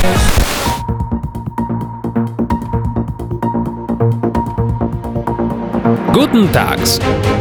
Guten Tags!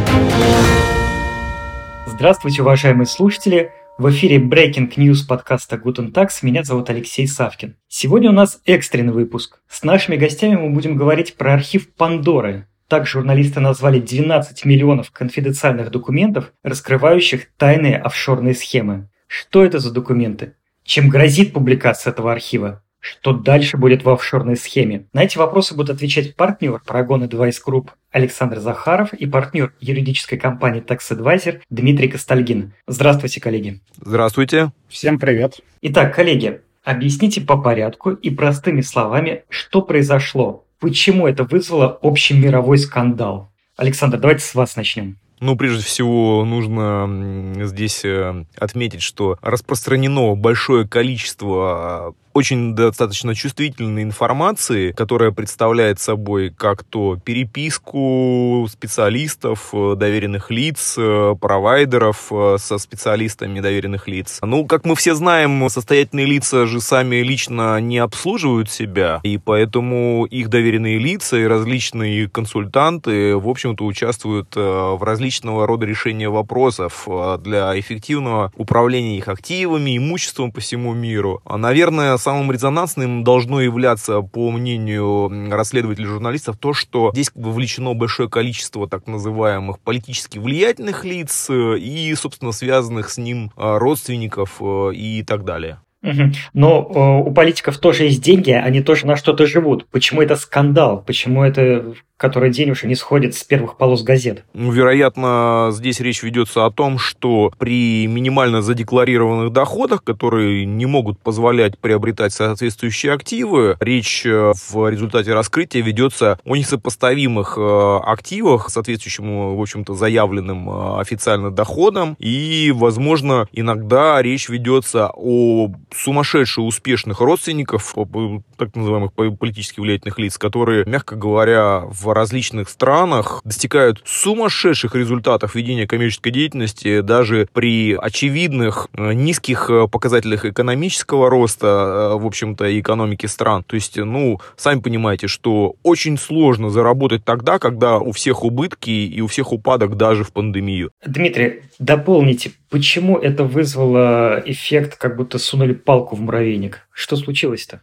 Здравствуйте, уважаемые слушатели! В эфире Breaking News подкаста Guten Tags. Меня зовут Алексей Савкин. Сегодня у нас экстренный выпуск. С нашими гостями мы будем говорить про архив Пандоры. Так журналисты назвали 12 миллионов конфиденциальных документов, раскрывающих тайные офшорные схемы. Что это за документы? Чем грозит публикация этого архива? Что дальше будет в офшорной схеме? На эти вопросы будут отвечать партнер Paragon Advice Group Александр Захаров и партнер юридической компании Tax Advisor Дмитрий Костальгин. Здравствуйте, коллеги. Здравствуйте. Всем привет. Итак, коллеги, объясните по порядку и простыми словами, что произошло, почему это вызвало общемировой скандал. Александр, давайте с вас начнем. Прежде всего, нужно здесь отметить, что распространено большое количество очень достаточно чувствительной информации, которая представляет собой как то переписку специалистов, доверенных лиц, провайдеров со специалистами доверенных лиц. Как мы все знаем, состоятельные лица же сами лично не обслуживают себя, и поэтому их доверенные лица и различные консультанты, в общем-то, участвуют в различного рода решения вопросов для эффективного управления их активами, имуществом по всему миру. Наверное, самым резонансным должно являться, по мнению расследователей журналистов, то, что здесь вовлечено большое количество так называемых политически влиятельных лиц и, собственно, связанных с ним родственников и так далее. Но у политиков тоже есть деньги, они тоже на что-то живут. Почему это скандал? Почему это который день уже не сходит с первых полос газет? Вероятно, здесь речь ведется о том, что при минимально задекларированных доходах, которые не могут позволять приобретать соответствующие активы, речь в результате раскрытия ведется о несопоставимых активах, соответствующим, в общем-то, заявленным официально доходам, и, возможно, иногда речь ведется о сумасшедше успешных родственников, так называемых политически влиятельных лиц, которые, мягко говоря, в различных странах достигают сумасшедших результатов ведения коммерческой деятельности даже при очевидных низких показателях экономического роста, в общем-то, экономики стран. То есть, сами понимаете, что очень сложно заработать тогда, когда у всех убытки и у всех упадок даже в пандемию. Дмитрий, дополните, почему это вызвало эффект, как будто сунули палку в муравейник? Что случилось-то?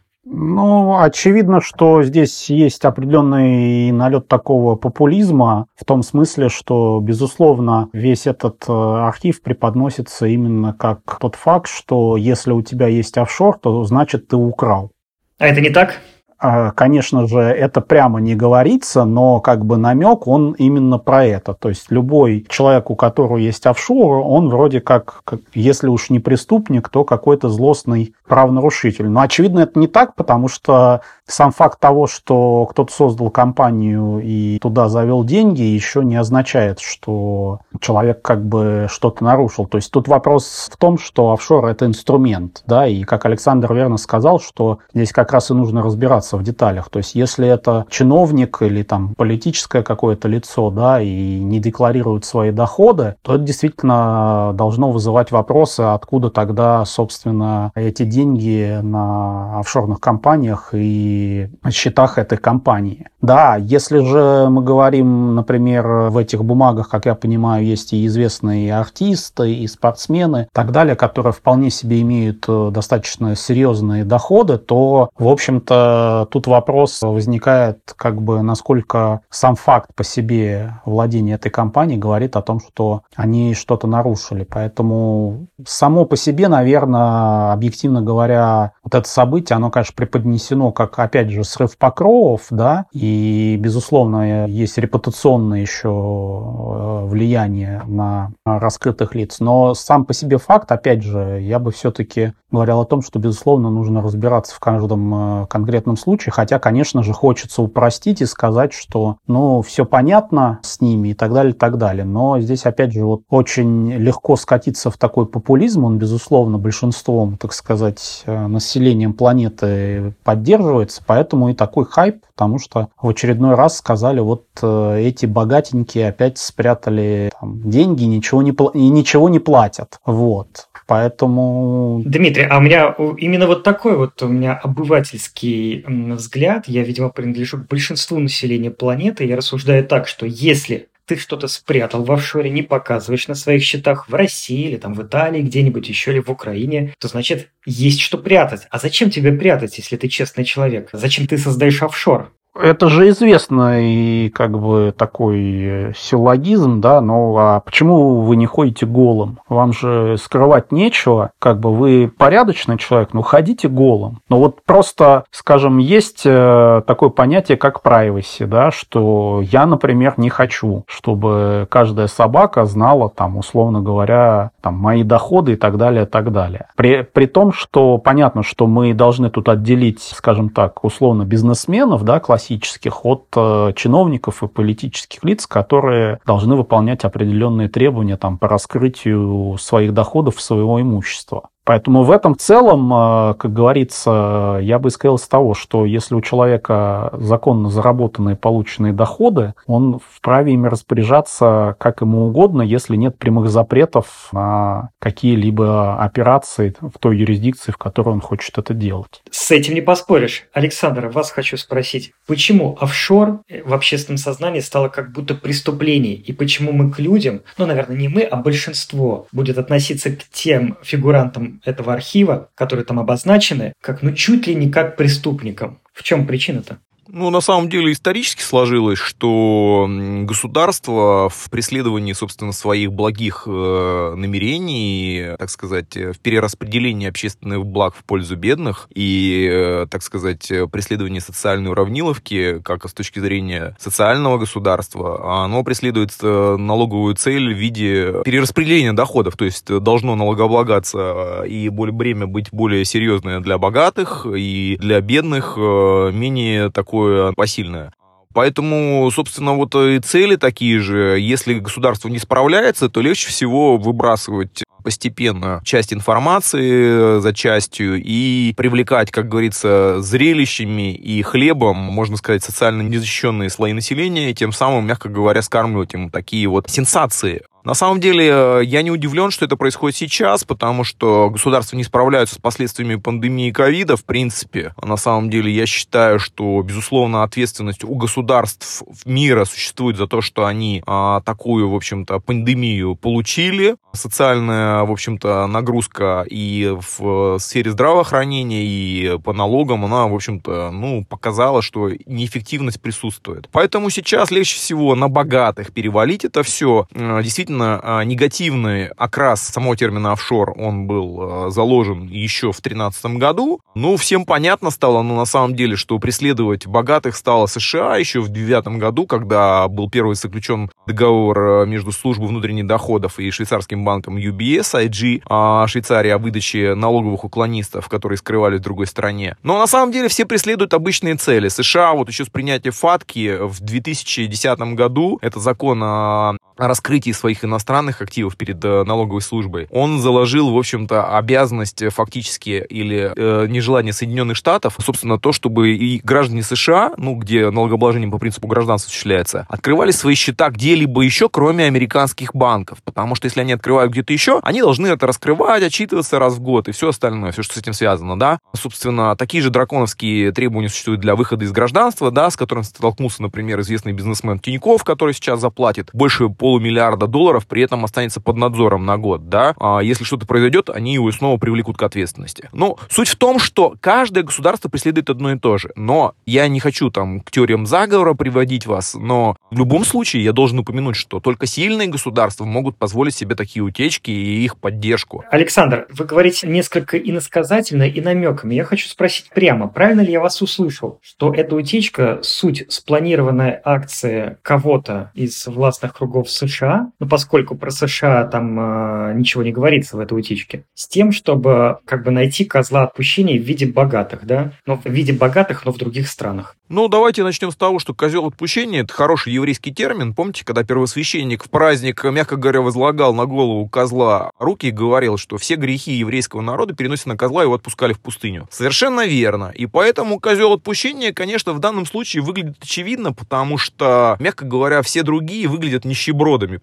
Очевидно, что здесь есть определенный налет такого популизма, в том смысле, что, безусловно, весь этот архив преподносится именно как тот факт, что если у тебя есть офшор, то значит ты украл. А это не так? Конечно же, это прямо не говорится, но намек, он именно про это. То есть любой человек, у которого есть офшор, он вроде как если уж не преступник, то какой-то злостный правонарушитель. Но, очевидно, это не так, потому что сам факт того, что кто-то создал компанию и туда завел деньги, еще не означает, что человек что-то нарушил. То есть тут вопрос в том, что офшор – это инструмент, да, и как Александр верно сказал, что здесь как раз и нужно разбираться в деталях. То есть если это чиновник или политическое какое-то лицо, да, и не декларирует свои доходы, то это действительно должно вызывать вопросы, откуда тогда, собственно, эти деньги на офшорных компаниях и счетах этой компании. Да, если же мы говорим, например, в этих бумагах, как я понимаю, есть и известные артисты, и спортсмены, и так далее, которые вполне себе имеют достаточно серьезные доходы, то, в общем-то, тут вопрос возникает, насколько сам факт по себе владения этой компанией говорит о том, что они что-то нарушили. Поэтому само по себе, наверное, объективно говоря, вот это событие, оно, конечно, преподнесено как, опять же, срыв покровов, да, и, безусловно, есть репутационное еще влияние на раскрытых лиц. Но сам по себе факт, опять же, я бы все-таки говорил о том, что, безусловно, нужно разбираться в каждом конкретном случае, хотя, конечно же, хочется упростить и сказать, что, все понятно с ними и так далее, и так далее. Но здесь, опять же, очень легко скатиться в такой популизм, он, безусловно, большинством, так сказать, населением планеты поддерживается, поэтому и такой хайп, потому что в очередной раз сказали, эти богатенькие опять спрятали деньги и ничего не платят. Поэтому... Дмитрий, а у меня именно вот такой вот у меня обывательский взгляд. Я, видимо, принадлежу к большинству населения планеты. Я рассуждаю так, что если ты что-то спрятал в офшоре, не показываешь на своих счетах в России или там в Италии где-нибудь еще или в Украине, то значит есть что прятать. А зачем тебе прятать, если ты честный человек? Зачем ты создаешь офшор? Это же известный как бы такой силлогизм, да, но а почему вы не ходите голым? Вам же скрывать нечего, как бы вы порядочный человек, ну ходите голым. Но вот просто, скажем, есть такое понятие, как privacy, да, что я, например, не хочу, чтобы каждая собака знала, там, условно говоря, там, мои доходы и так далее, и так далее. При том, что понятно, что мы должны тут отделить, скажем так, условно бизнесменов, да, классических, от чиновников и политических лиц, которые должны выполнять определенные требования там, по раскрытию своих доходов, своего имущества. Поэтому в этом целом, как говорится, я бы исходил из того, что если у человека законно заработанные полученные доходы, он вправе ими распоряжаться как ему угодно, если нет прямых запретов на какие-либо операции в той юрисдикции, в которой он хочет это делать. С этим не поспоришь. Александр, вас хочу спросить, почему офшор в общественном сознании стало как будто преступлением, и почему мы к людям, ну, наверное, не мы, а большинство, будет относиться к тем фигурантам этого архива, которые там обозначены, как, ну, чуть ли не как преступникам. В чем причина-то? Ну, на самом деле, исторически сложилось, что государство в преследовании, собственно, своих благих намерений, так сказать, в перераспределении общественных благ в пользу бедных и, так сказать, преследовании социальной уравниловки, как с точки зрения социального государства, оно преследует налоговую цель в виде перераспределения доходов, то есть должно налогооблагаться и бремя быть более серьезное для богатых и для бедных менее такое посильное. Поэтому, собственно, вот и цели такие же. Если государство не справляется, то легче всего выбрасывать постепенно часть информации за частью и привлекать, как говорится, зрелищами и хлебом, можно сказать, социально незащищенные слои населения, и тем самым, мягко говоря, скармливать им такие вот сенсации. На самом деле, я не удивлен, что это происходит сейчас, потому что государства не справляются с последствиями пандемии ковида, в принципе. На самом деле, я считаю, что, безусловно, ответственность у государств мира существует за то, что они такую, в общем-то, пандемию получили. Социальная, в общем-то, нагрузка и в сфере здравоохранения, и по налогам, она, в общем-то, показала, что неэффективность присутствует. Поэтому сейчас легче всего на богатых перевалить это все. Действительно, негативный окрас самого термина офшор, он был заложен еще в 2013 году. Всем понятно стало, на самом деле, что преследовать богатых стало США еще в 2009 году, когда был первый заключен договор между службой внутренних доходов и швейцарским банком UBS, IG, Швейцарии, о выдаче налоговых уклонистов, которые скрывались в другой стране. Но на самом деле все преследуют обычные цели. США вот еще с принятия ФАТКи в 2010 году, это закон о раскрытии своих иностранных активов перед налоговой службой, он заложил, в общем-то, обязанность фактически или нежелание Соединенных Штатов, собственно, то, чтобы и граждане США, где налогообложение по принципу гражданства осуществляется, открывали свои счета где-либо еще, кроме американских банков. Потому что если они открывают где-то еще, они должны это раскрывать, отчитываться раз в год и все остальное, все, что с этим связано, да. Собственно, такие же драконовские требования существуют для выхода из гражданства, да, с которым столкнулся, например, известный бизнесмен Тинькофф, который сейчас заплатит больше $500 миллиарда, при этом останется под надзором на год, да. Если что-то произойдет, они его снова привлекут к ответственности. Но суть в том, что каждое государство преследует одно и то же. Но я не хочу к теориям заговора приводить вас, но в любом случае я должен упомянуть, что только сильные государства могут позволить себе такие утечки и их поддержку. Александр, вы говорите несколько иносказательно и намеками. Я хочу спросить прямо, правильно ли я вас услышал, что эта утечка — суть спланированная акция кого-то из властных кругов США, поскольку про США там ничего не говорится в этой утечке, с тем, чтобы найти козла отпущения в виде богатых, да? В виде богатых, но в других странах. Давайте начнем с того, что козел отпущения — это хороший еврейский термин. Помните, когда первосвященник в праздник, мягко говоря, возлагал на голову козла руки и говорил, что все грехи еврейского народа переносят на козла, и его отпускали в пустыню. Совершенно верно. И поэтому козел отпущения, конечно, в данном случае выглядит очевидно, потому что, мягко говоря, все другие выглядят нищебродами по сравнению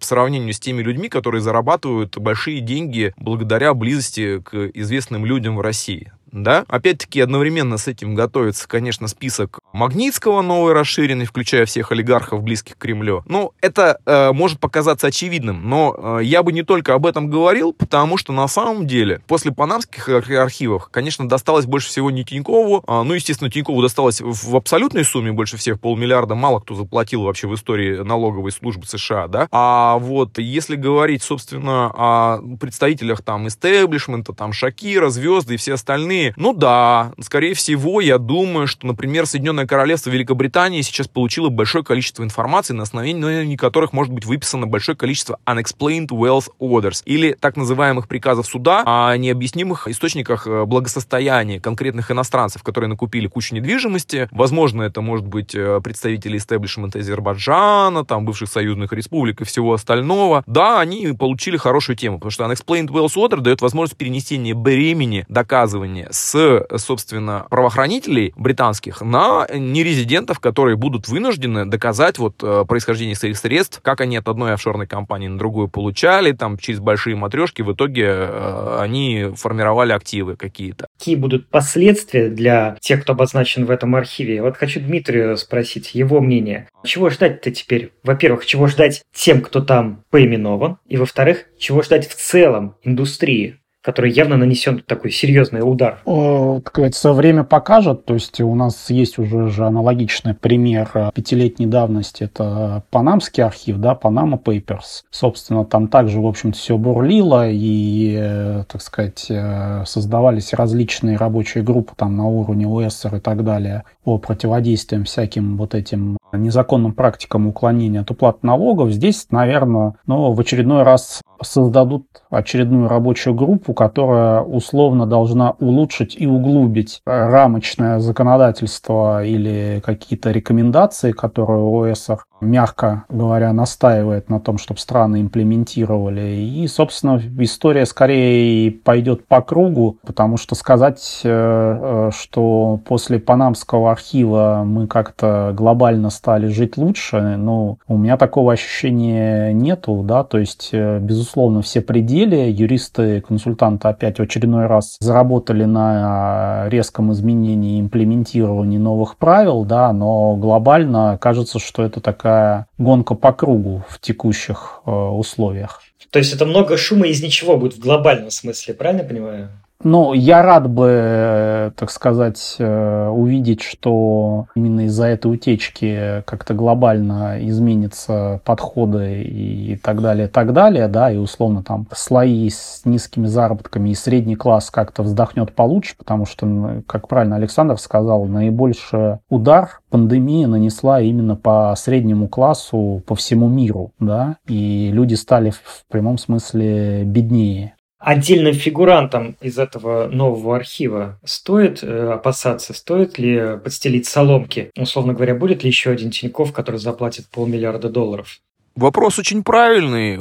сравниванию с теми людьми, которые зарабатывают большие деньги благодаря близости к известным людям в России. Да? Опять-таки, одновременно с этим готовится, конечно, список Магнитского новый, расширенный, включая всех олигархов, близких к Кремлю. Ну, это может показаться очевидным, но я бы не только об этом говорил, потому что на самом деле после панамских архивов, конечно, досталось больше всего не Тинькову. Ну, естественно, Тинькову досталось в абсолютной сумме больше всех, 500 миллиарда. Мало кто заплатил вообще в истории налоговой службы США, да? А вот если говорить, собственно, о представителях там истеблишмента, там Шакира, Звезды и все остальные, ну да, скорее всего, я думаю, что, например, Соединенное Королевство Великобритании сейчас получило большое количество информации, на основании которых может быть выписано большое количество unexplained wealth orders, или так называемых приказов суда о необъяснимых источниках благосостояния конкретных иностранцев, которые накупили кучу недвижимости. Возможно, это может быть представители истеблишмента Азербайджана, там, бывших союзных республик и всего остального. Да, они получили хорошую тему, потому что unexplained wealth order дает возможность перенесения бремени доказывания с, собственно, правоохранителей британских на нерезидентов, которые будут вынуждены доказать вот происхождение своих средств, как они от одной офшорной компании на другую получали, там, через большие матрешки, в итоге они формировали активы какие-то. Какие будут последствия для тех, кто обозначен в этом архиве? Вот хочу Дмитрия спросить его мнение. Чего ждать-то теперь? Во-первых, чего ждать тем, кто там поименован? И, во-вторых, чего ждать в целом индустрии, который явно нанесен такой серьезный удар? Как говорится, время покажет. То есть у нас есть уже же аналогичный пример 5-летней давности. Это Панамский архив, да, Panama Papers. Собственно, там также, в общем-то, все бурлило и, так сказать, создавались различные рабочие группы там на уровне ОЭСР и так далее по противодействиям всяким вот этим незаконным практикам уклонения от уплаты налогов. Здесь, наверное, в очередной раз создадут очередную рабочую группу, которая условно должна улучшить и углубить рамочное законодательство или какие-то рекомендации, которые ОЭСР, мягко говоря, настаивает на том, чтобы страны имплементировали. И, собственно, история скорее пойдет по кругу, потому что сказать, что после Панамского архива мы как-то глобально стали жить лучше, у меня такого ощущения нету, да, то есть, безусловно, все пределы, юристы, консультанты опять в очередной раз заработали на резком изменении и имплементировании новых правил, да, но глобально кажется, что это такая гонка по кругу в текущих условиях. То есть это много шума из ничего будет в глобальном смысле, правильно я понимаю? Я рад бы, так сказать, увидеть, что именно из-за этой утечки как-то глобально изменятся подходы и так далее, да, и условно там слои с низкими заработками и средний класс как-то вздохнет получше, потому что, как правильно Александр сказал, наибольший удар пандемия нанесла именно по среднему классу по всему миру, да, и люди стали в прямом смысле беднее. Отдельным фигурантам из этого нового архива стоит опасаться, стоит ли подстелить соломки? Условно говоря, будет ли еще один Тинькофф, который заплатит $500 миллиарда? Вопрос очень правильный,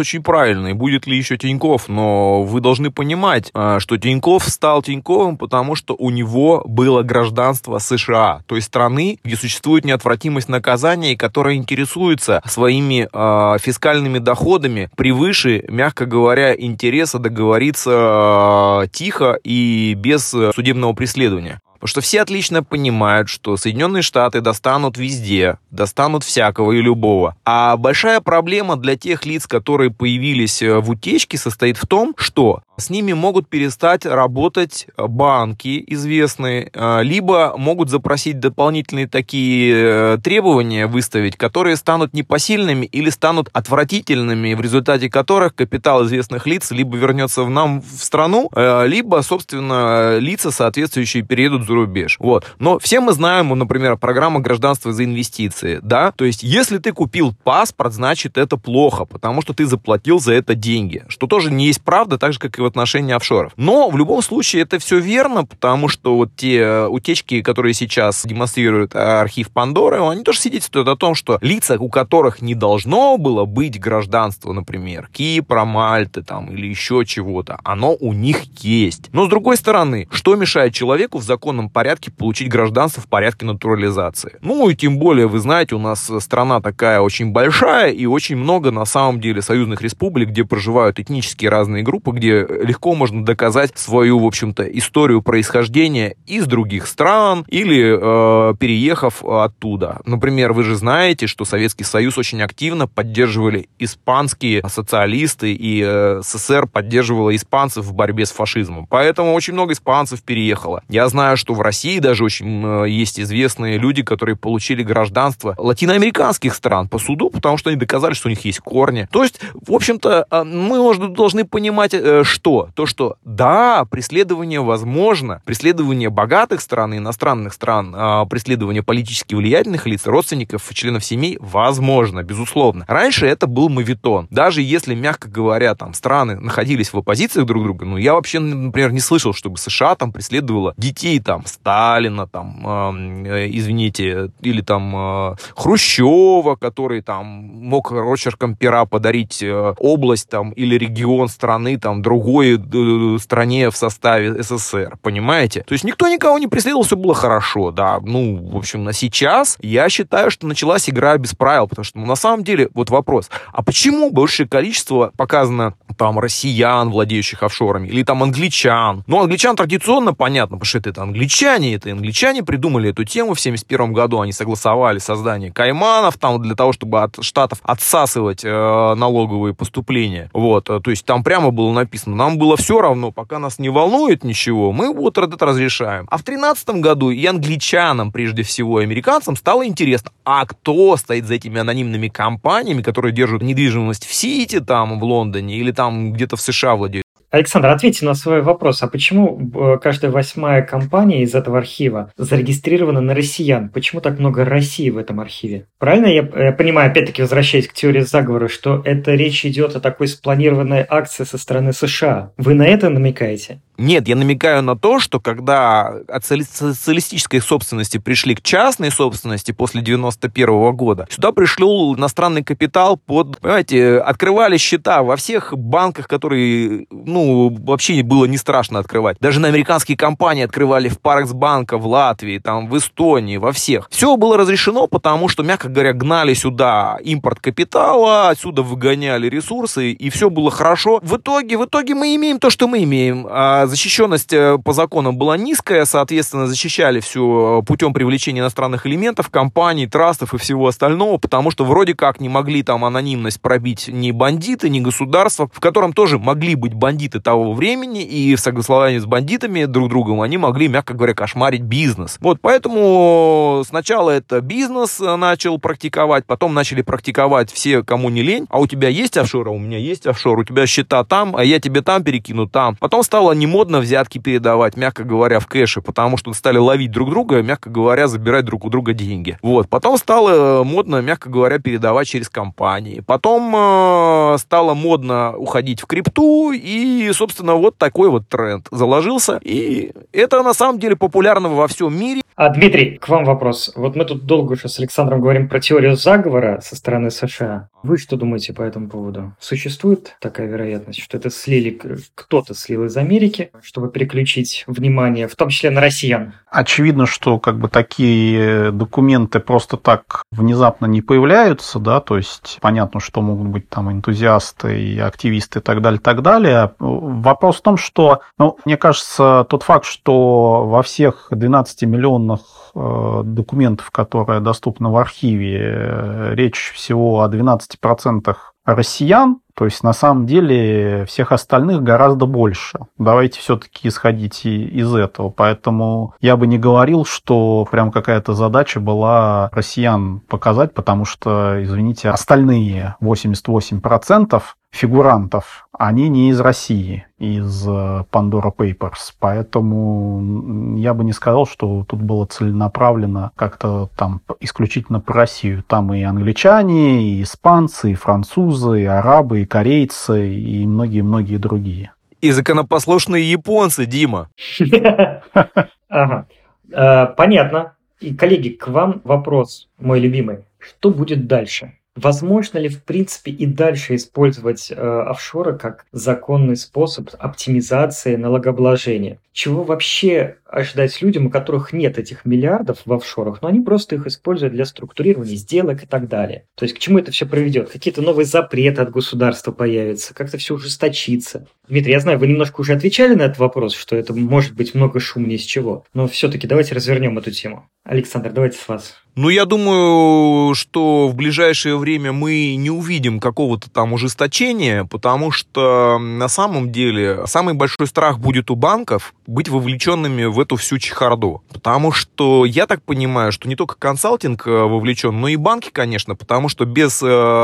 будет ли еще Тинькофф, но вы должны понимать, что Тинькофф стал Тиньковым, потому что у него было гражданство США, той страны, где существует неотвратимость наказания, и которая интересуется своими фискальными доходами превыше, мягко говоря, интереса договориться тихо и без судебного преследования. Потому что все отлично понимают, что Соединенные Штаты достанут везде, достанут всякого и любого. А большая проблема для тех лиц, которые появились в утечке, состоит в том, что с ними могут перестать работать банки известные, либо могут запросить дополнительные такие требования выставить, которые станут непосильными или станут отвратительными, в результате которых капитал известных лиц либо вернется в страну, либо, собственно, лица, соответствующие, переедут за рубеж. Вот. Но все мы знаем, например, программа гражданства за инвестиции, да, то есть если ты купил паспорт, значит это плохо, потому что ты заплатил за это деньги, что тоже не есть правда, так же, как и в отношении офшоров. Но в любом случае это все верно, потому что вот те утечки, которые сейчас демонстрирует архив Пандоры, они тоже свидетельствуют о том, что лица, у которых не должно было быть гражданства, например, Кипра, Мальты там, или еще чего-то, оно у них есть. Но с другой стороны, что мешает человеку в законном упрощенном порядке получить гражданство в порядке натурализации. Ну и тем более, вы знаете, у нас страна такая очень большая и очень много на самом деле союзных республик, где проживают этнические разные группы, где легко можно доказать свою, в общем-то, историю происхождения из других стран или переехав оттуда. Например, вы же знаете, что Советский Союз очень активно поддерживали испанские социалисты, и СССР поддерживала испанцев в борьбе с фашизмом. Поэтому очень много испанцев переехало. Я знаю, что в России даже очень есть известные люди, которые получили гражданство латиноамериканских стран по суду, потому что они доказали, что у них есть корни. То есть, в общем-то, мы должны понимать, что? То, что да, преследование возможно, преследование богатых стран и иностранных стран, преследование политически влиятельных лиц, родственников, членов семей возможно, безусловно. Раньше это был моветон. Даже если, мягко говоря, там страны находились в оппозициях друг к другу, ну, я вообще, например, не слышал, чтобы США там преследовала детей там Сталина, там, извините, или там Хрущева, который там мог росчерком пера подарить область там или регион страны там другой стране в составе СССР, понимаете? То есть никто никого не преследовал, все было хорошо, да. Ну, в общем, на сейчас я считаю, что началась игра без правил, потому что, ну, на самом деле, вот вопрос, а почему большее количество показано там россиян, владеющих офшорами, или там англичан? Ну, англичан традиционно понятно, потому что это англичане придумали эту тему в 1971 году, они согласовали создание Кайманов там для того, чтобы от штатов отсасывать налоговые поступления. Вот, то есть там прямо было написано, нам было все равно, пока нас не волнует ничего, мы вот это разрешаем. А в 2013 году и англичанам, прежде всего, и американцам стало интересно, а кто стоит за этими анонимными компаниями, которые держат недвижимость в Сити, там, в Лондоне, или там где-то в США владеют. Александр, ответьте на свой вопрос. А почему каждая 8-я компания из этого архива зарегистрирована на россиян? Почему так много России в этом архиве? Правильно я понимаю, опять-таки возвращаясь к теории заговора, что это речь идет о такой спланированной акции со стороны США? Вы на это намекаете? Нет, я намекаю на то, что когда от социалистической собственности пришли к частной собственности после 91 года, сюда пришел иностранный капитал понимаете, открывали счета во всех банках, которые, ну, вообще было не страшно открывать. Даже на американские компании открывали в Парксбанка, в Латвии, там, в Эстонии, во всех. Все было разрешено, потому что, мягко говоря, гнали сюда импорт капитала, отсюда выгоняли ресурсы, и все было хорошо. В итоге мы имеем то, что мы имеем. Защищенность по законам была низкая, соответственно, защищали все путем привлечения иностранных элементов, компаний, трастов и всего остального, потому что вроде как не могли там анонимность пробить ни бандиты, ни государства, в котором тоже могли быть бандиты того времени, и в согласовании с бандитами друг другом они могли, мягко говоря, кошмарить бизнес. Вот, поэтому сначала это бизнес начал практиковать, потом начали практиковать все, кому не лень. А у тебя есть офшор, а у меня есть офшор, у тебя счета там, а я тебе там перекину там. Потом стало не модно взятки передавать, мягко говоря, в кэше, потому что стали ловить друг друга, мягко говоря, забирать друг у друга деньги. Вот. Потом стало модно, мягко говоря, передавать через компании. Потом стало модно уходить в крипту, и, собственно, вот такой вот тренд заложился. И это, на самом деле, популярно во всем мире. Дмитрий, к вам вопрос. Вот мы тут долго уже с Александром говорим про теорию заговора со стороны США. Вы что думаете по этому поводу? Существует такая вероятность, что это кто-то слил из Америки, чтобы переключить внимание, в том числе на россиян? Очевидно, что как бы такие документы просто так внезапно не появляются, да, то есть понятно, что могут быть там энтузиасты и активисты и так далее, так далее. Вопрос в том, что, мне кажется, тот факт, что во всех 12 миллионах документов, которые доступны в архиве, речь всего о 12% россиян, то есть на самом деле всех остальных гораздо больше. Давайте все-таки исходить из этого. Поэтому я бы не говорил, что прям какая-то задача была россиян показать, потому что, извините, остальные 88% фигурантов, они не из России, из Pandora Papers. Поэтому я бы не сказал, что тут было целенаправленно как-то там исключительно про Россию. Там и англичане, и испанцы, и французы, и арабы, и корейцы, и многие-многие другие. И законопослушные японцы, Дима. Ага. Понятно. И, коллеги, к вам вопрос, мой любимый. Что будет дальше? Возможно ли, в принципе, и дальше использовать офшоры как законный способ оптимизации налогообложения? Чего вообще ожидать людям, у которых нет этих миллиардов в офшорах, но они просто их используют для структурирования сделок и так далее? То есть к чему это все приведет? Какие-то новые запреты от государства появятся, как-то все ужесточится. Дмитрий, я знаю, вы немножко уже отвечали на этот вопрос, что это может быть много шума ни с чего, но все-таки давайте развернем эту тему. Александр, давайте с вас. Я думаю, что в ближайшее время мы не увидим какого-то там ужесточения, потому что на самом деле самый большой страх будет у банков быть вовлеченными в эту всю чехарду. Потому что я так понимаю, что не только консалтинг вовлечен, но и банки, конечно, потому что без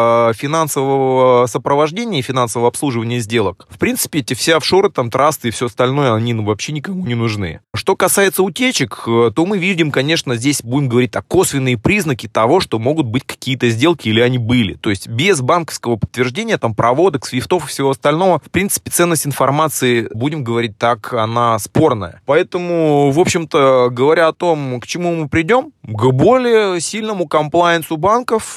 финансового сопровождения и финансового обслуживания сделок, в принципе, эти все офшоры, там, трасты и все остальное, они вообще никому не нужны. Что касается утечек, то мы видим, конечно, здесь будем говорить о косвенных признаки того, что могут быть какие-то сделки или они были. То есть без банковского подтверждения, там, проводок, свифтов и всего остального, в принципе, ценность информации, будем говорить так, она спорная. Поэтому, в общем-то, говоря о том, к чему мы придем, к более сильному комплаенсу банков,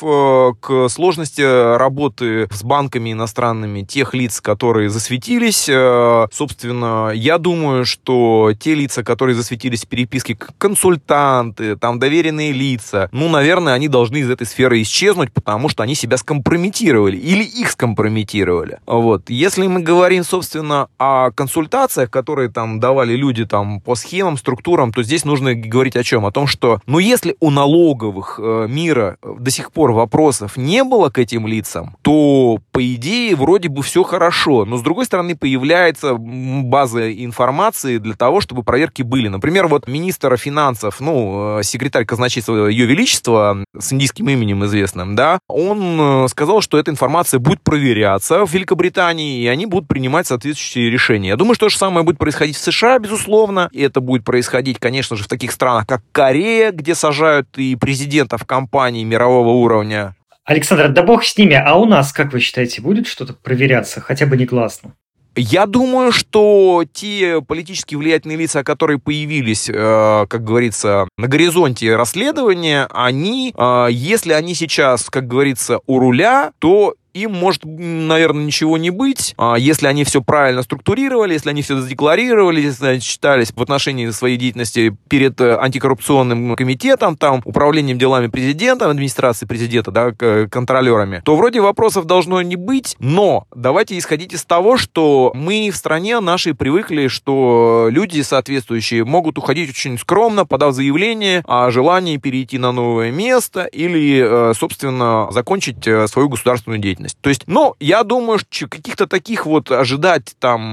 к сложности работы с банками иностранными тех лиц, которые засветились. Собственно, я думаю, что те лица, которые засветились в переписке, консультанты, там, доверенные лица, наверное, они должны из этой сферы исчезнуть, потому что они себя скомпрометировали или их скомпрометировали. Вот. Если мы говорим, собственно, о консультациях, которые там давали люди там по схемам, структурам, то здесь нужно говорить о чем? О том, что, если у налоговых мира до сих пор вопросов не было к этим лицам, то, по идее, вроде бы все хорошо. Но, с другой стороны, появляется база информации для того, чтобы проверки были. Например, министр финансов, секретарь казначейства Ее Величества, с индийским именем известным, да, он сказал, что эта информация будет проверяться в Великобритании, и они будут принимать соответствующие решения. Я думаю, что то же самое будет происходить в США, безусловно, и это будет происходить, конечно же, в таких странах, как Корея, где сажают и президентов компаний мирового уровня. Александр, да бог с ними, а у нас, как вы считаете, будет что-то проверяться, хотя бы негласно? Я думаю, что те политически влиятельные лица, которые появились, как говорится, на горизонте расследования, они, если они сейчас, как говорится, у руля, то им может, наверное, ничего не быть, если они все правильно структурировали, если они все задекларировали, если они считались в отношении своей деятельности перед антикоррупционным комитетом, там, управлением делами президента, администрацией президента, да, контролерами, то вроде вопросов должно не быть, но давайте исходить из того, что мы в стране нашей привыкли, что люди соответствующие могут уходить очень скромно, подав заявление о желании перейти на новое место или, собственно, закончить свою государственную деятельность. То есть, я думаю, что каких-то таких ожидать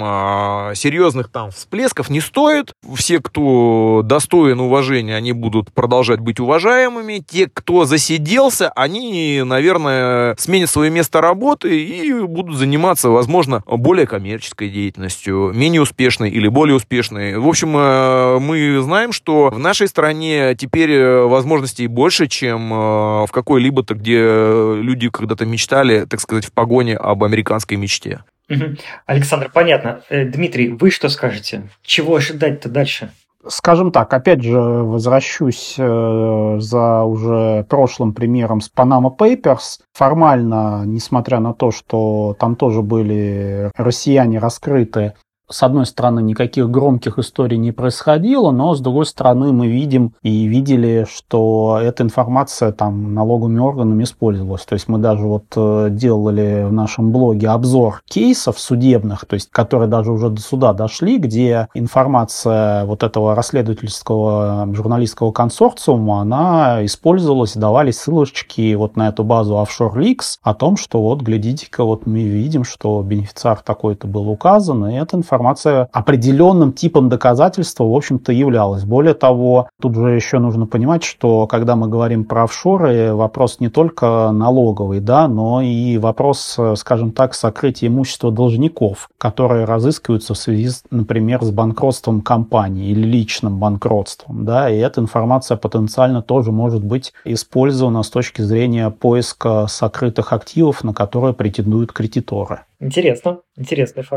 там серьезных там всплесков не стоит. Все, кто достоин уважения, они будут продолжать быть уважаемыми. Те, кто засиделся, они, наверное, сменят свое место работы и будут заниматься, возможно, более коммерческой деятельностью, менее успешной или более успешной. В общем, мы знаем, что в нашей стране теперь возможностей больше, чем в какой-либо-то, где люди когда-то мечтали, так сказать, в погоне об американской мечте. Александр, понятно. Дмитрий, вы что скажете? Чего ожидать-то дальше? Скажем так, опять же, возвращусь за уже прошлым примером с Panama Papers. Формально, несмотря на то, что там тоже были россияне раскрыты, с одной стороны, никаких громких историй не происходило, но с другой стороны, мы видим и видели, что эта информация там налоговыми органами использовалась. То есть мы даже делали в нашем блоге обзор кейсов судебных, то есть которые даже уже до суда дошли, где информация этого расследовательского журналистского консорциума, она использовалась, давались ссылочки на эту базу Offshore Leaks о том, что глядите-ка, мы видим, что бенефициар такой-то был указан, и эта информация определенным типом доказательства, в общем-то, являлась. Более того, тут же еще нужно понимать, что когда мы говорим про офшоры, вопрос не только налоговый, да, но и вопрос, скажем так, сокрытия имущества должников, которые разыскиваются в связи, например, с банкротством компании или личным банкротством, да, и эта информация потенциально тоже может быть использована с точки зрения поиска сокрытых активов, на которые претендуют кредиторы. Интересно, интересный факт.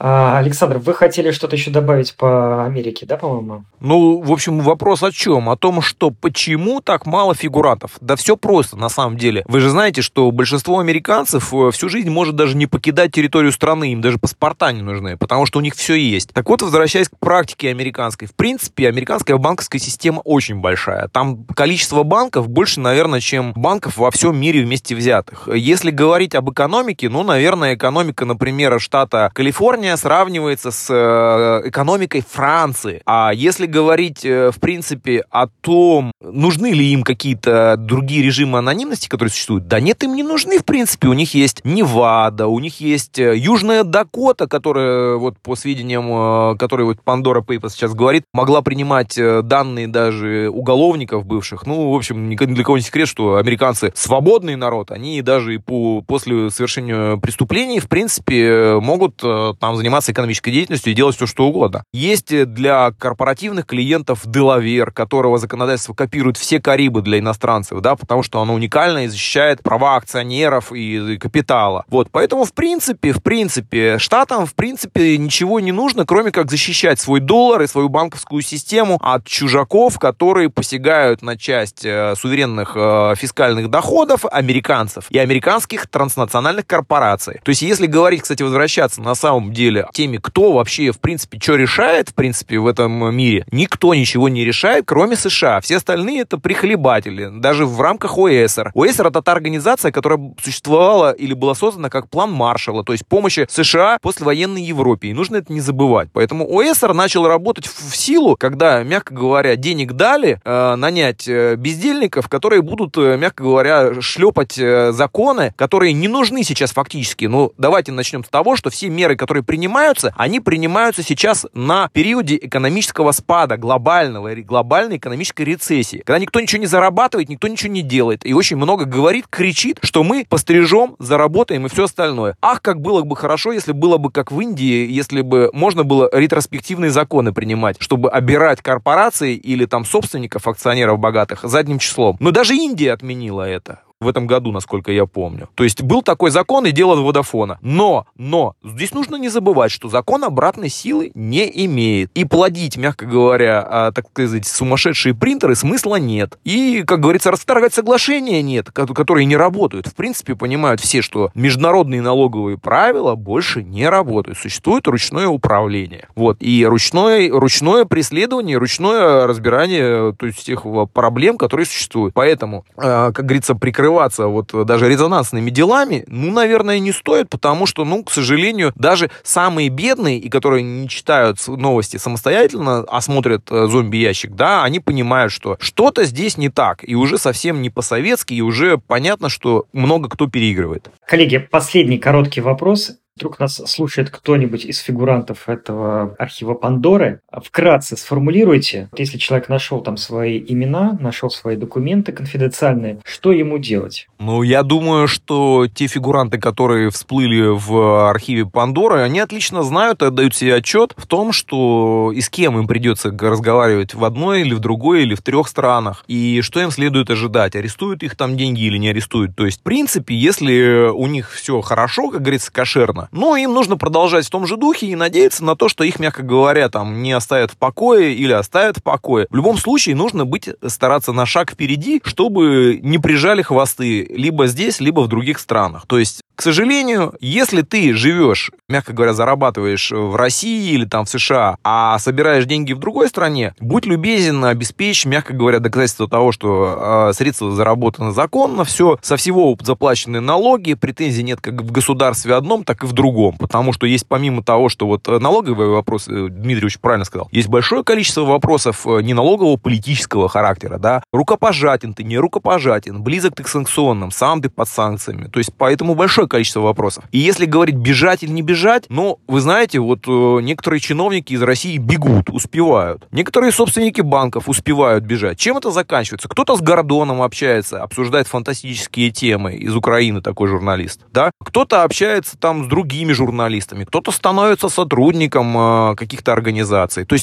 Александр, вы хотели что-то еще добавить по Америке, да, по-моему? Ну, в общем, вопрос о чем? О том, что почему так мало фигурантов? Да все просто, на самом деле. Вы же знаете, что большинство американцев всю жизнь может даже не покидать территорию страны, им даже паспорта не нужны, потому что у них все есть. Так вот, возвращаясь к практике американской, в принципе, американская банковская система очень большая. Там количество банков больше, наверное, чем банков во всем мире вместе взятых. Если говорить об экономике, ну, наверное, экономика, например, штата Калифорния сравнивается с экономикой Франции. А если говорить, в принципе, о том, нужны ли им какие-то другие режимы анонимности, которые существуют, да нет, им не нужны, в принципе. У них есть Невада, у них есть Южная Дакота, которая, вот по сведениям, которые вот Pandora Papers сейчас говорит, могла принимать данные даже уголовников бывших. Ну, в общем, ни для кого не секрет, что американцы свободный народ, они даже и после совершения преступлений, в принципе, могут там заниматься экономической деятельностью и делать все, что угодно. Есть для корпоративных клиентов Делавер, которого законодательство копирует все Карибы для иностранцев, да, потому что оно уникально и защищает права акционеров и капитала. Вот, поэтому, в принципе, штатам, ничего не нужно, кроме как защищать свой доллар и свою банковскую систему от чужаков, которые посягают на часть суверенных фискальных доходов американцев и американских транснациональных корпораций. То есть, если говорить, кстати, возвращаться на самом деле теме, кто вообще, в принципе, что решает, в принципе, в этом мире, никто ничего не решает, кроме США. Все остальные это прихлебатели, даже в рамках ОЭСР. ОЭСР — это та организация, которая существовала или была создана как план Маршалла, то есть помощи США послевоенной Европе, и нужно это не забывать. Поэтому ОЭСР начал работать в силу, когда, мягко говоря, денег дали нанять бездельников, которые будут, мягко говоря, шлепать законы, которые не нужны сейчас фактически. Ну, давайте начнем с того, что все меры, которые принимаются, они принимаются сейчас на периоде экономического спада, глобальной экономической рецессии, когда никто ничего не зарабатывает, никто ничего не делает, и очень много говорит, кричит, что мы пострижем, заработаем и все остальное. Ах, как было бы хорошо, если было бы как в Индии, если бы можно было ретроспективные законы принимать, чтобы обирать корпорации или там собственников, акционеров богатых задним числом. Но даже Индия отменила это в этом году, насколько я помню. То есть был такой закон и дело Водафона. Но здесь нужно не забывать, что закон обратной силы не имеет. И плодить, мягко говоря, так сказать, сумасшедшие принтеры смысла нет. И, как говорится, расторгать соглашения нет, которые не работают. В принципе, понимают все, что международные налоговые правила больше не работают. Существует ручное управление. Вот. И ручное преследование, ручное разбирание, то есть тех проблем, которые существуют. Поэтому, как говорится, прикрываться вот даже резонансными делами, ну, наверное, не стоит, потому что, ну, к сожалению, даже самые бедные, и которые не читают новости самостоятельно, а смотрят зомби-ящик, да, они понимают, что что-то здесь не так, и уже совсем не по-советски, и уже понятно, что много кто переигрывает. Коллеги, последний короткий вопрос. Вдруг нас слушает кто-нибудь из фигурантов этого архива Пандоры. Вкратце сформулируйте, если человек нашел там свои имена, нашел свои документы конфиденциальные, что ему делать? Ну, я думаю, что те фигуранты, которые всплыли в архиве Пандоры, они отлично знают и отдают себе отчет в том, что и с кем им придется разговаривать в одной или в другой или в 3 странах, и что им следует ожидать, арестуют их там деньги или не арестуют. То есть, в принципе, если у них все хорошо, как говорится, кошерно, но им нужно продолжать в том же духе и надеяться на то, что их, мягко говоря, там не оставят в покое или оставят в покое. В любом случае нужно стараться на шаг впереди, чтобы не прижали хвосты либо здесь, либо в других странах. То есть, к сожалению, если ты живешь, мягко говоря, зарабатываешь в России или там в США, а собираешь деньги в другой стране, будь любезен, обеспечь, мягко говоря, доказательство того, что средства заработаны законно, все, со всего заплачены налоги, претензий нет как в государстве одном, так и в другом. Потому что есть помимо того, что вот налоговые вопросы, Дмитрий очень правильно сказал, есть большое количество вопросов не налогового, политического характера, да, рукопожатен ты, не рукопожатен, близок ты к санкционным, сам ты под санкциями, то есть поэтому большое количество вопросов. И если говорить бежать или не бежать, ну, вы знаете, вот некоторые чиновники из России бегут, успевают. Некоторые собственники банков успевают бежать. Чем это заканчивается? Кто-то с Гордоном общается, обсуждает фантастические темы, из Украины такой журналист, да? Кто-то общается там с другими журналистами, кто-то становится сотрудником каких-то организаций. То есть, но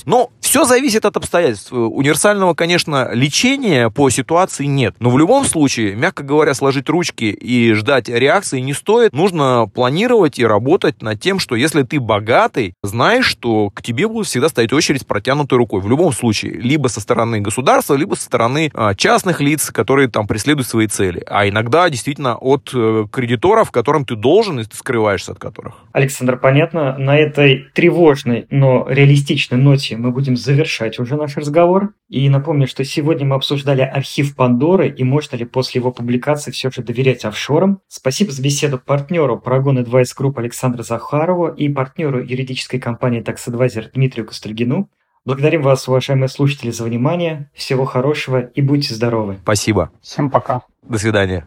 Все зависит от обстоятельств. Универсального, конечно, лечения по ситуации нет. Но в любом случае, мягко говоря, сложить ручки и ждать реакции не стоит. Нужно планировать и работать над тем, что если ты богатый, знаешь, что к тебе будут всегда стоять очередь с протянутой рукой. В любом случае, либо со стороны государства, либо со стороны частных лиц, которые там преследуют свои цели. А иногда действительно от кредиторов, которым ты должен, и ты скрываешься от которых. Александр, понятно. На этой тревожной, но реалистичной ноте мы будем завершать уже наш разговор. И напомню, что сегодня мы обсуждали архив Пандоры и можно ли после его публикации все же доверять офшорам. Спасибо за беседу партнеру Paragon Advice Group Александру Захарову и партнеру юридической компании Tax Advisor Дмитрию Костригину. Благодарим вас, уважаемые слушатели, за внимание. Всего хорошего и будьте здоровы. Спасибо. Всем пока. До свидания.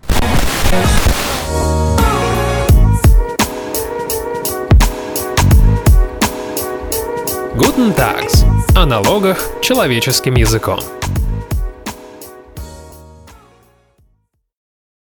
Guten Tags. О налогах человеческим языком.